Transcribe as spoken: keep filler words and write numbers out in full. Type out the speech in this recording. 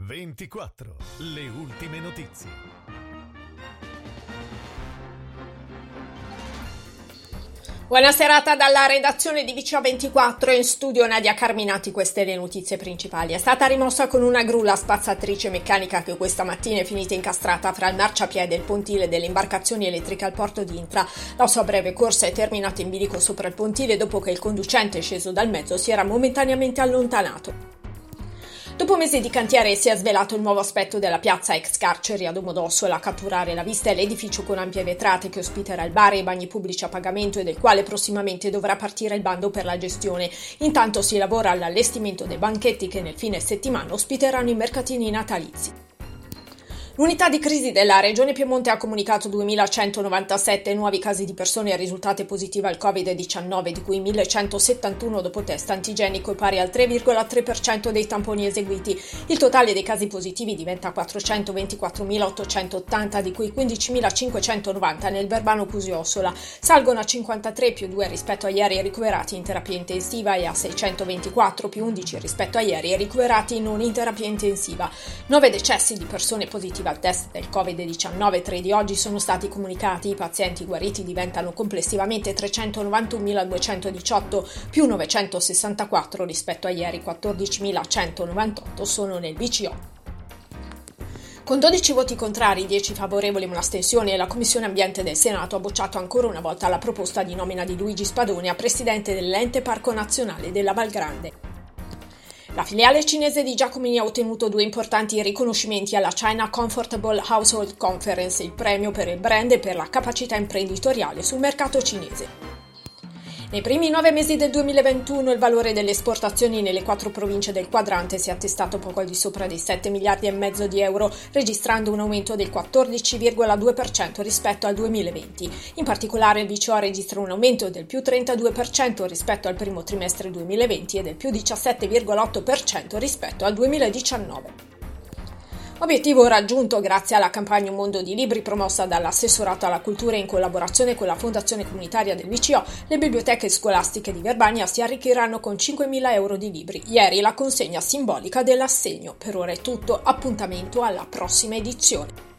ventiquattro. Le ultime notizie. Buona serata dalla redazione di V C O ventiquattro, in studio Nadia Carminati. Queste le notizie principali. È stata rimossa con una gru la spazzatrice meccanica che questa mattina è finita incastrata fra il marciapiede e il pontile delle imbarcazioni elettriche al porto di Intra. La sua breve corsa è terminata in bilico sopra il pontile dopo che il conducente, sceso dal mezzo, si era momentaneamente allontanato. Dopo mesi di cantiere si è svelato il nuovo aspetto della piazza ex carceri a Domodossola. A catturare la vista è l'edificio con ampie vetrate che ospiterà il bar e i bagni pubblici a pagamento e del quale prossimamente dovrà partire il bando per la gestione. Intanto si lavora all'allestimento dei banchetti che nel fine settimana ospiteranno i mercatini natalizi. L'unità di crisi della Regione Piemonte ha comunicato duemilacentonovantasette nuovi casi di persone risultate positive al covid diciannove, di cui millecentosettantuno dopo test antigenico, pari al tre virgola tre per cento dei tamponi eseguiti. Il totale dei casi positivi diventa quattrocentoventiquattromilaottocentottanta, di cui quindicimilacinquecentonovanta nel Verbano Cusio-Ossola. Salgono a cinquantatré più due rispetto a ieri ricoverati in terapia intensiva e a seicentoventiquattro più undici rispetto a ieri ricoverati non in terapia intensiva. nove decessi di persone positive al test del covid diciannove, tre di oggi sono stati comunicati. I pazienti guariti diventano complessivamente trecentonovantunomiladuecentodiciotto più novecentosessantaquattro rispetto a ieri. quattordicimilacentonovantotto sono nel V C O. Con dodici voti contrari, dieci favorevoli e un'astensione, la Commissione Ambiente del Senato ha bocciato ancora una volta la proposta di nomina di Luigi Spadoni a presidente dell'Ente Parco Nazionale della Val Grande. La filiale cinese di Giacomini ha ottenuto due importanti riconoscimenti alla China Comfortable Household Conference, il premio per il brand e per la capacità imprenditoriale sul mercato cinese. Nei primi nove mesi del duemilaventuno il valore delle esportazioni nelle quattro province del quadrante si è attestato poco al di sopra dei sette miliardi e mezzo di euro, registrando un aumento del quattordici virgola due per cento rispetto al duemilaventi. In particolare il V C O registra un aumento del più trentadue per cento rispetto al primo trimestre duemilaventi e del più diciassette virgola otto per cento rispetto al duemiladiciannove. Obiettivo raggiunto grazie alla campagna Un Mondo di Libri promossa dall'Assessorato alla Cultura in collaborazione con la Fondazione Comunitaria del V C O. Le biblioteche scolastiche di Verbania si arricchiranno con cinquemila euro di libri. Ieri la consegna simbolica dell'assegno. Per ora è tutto, appuntamento alla prossima edizione.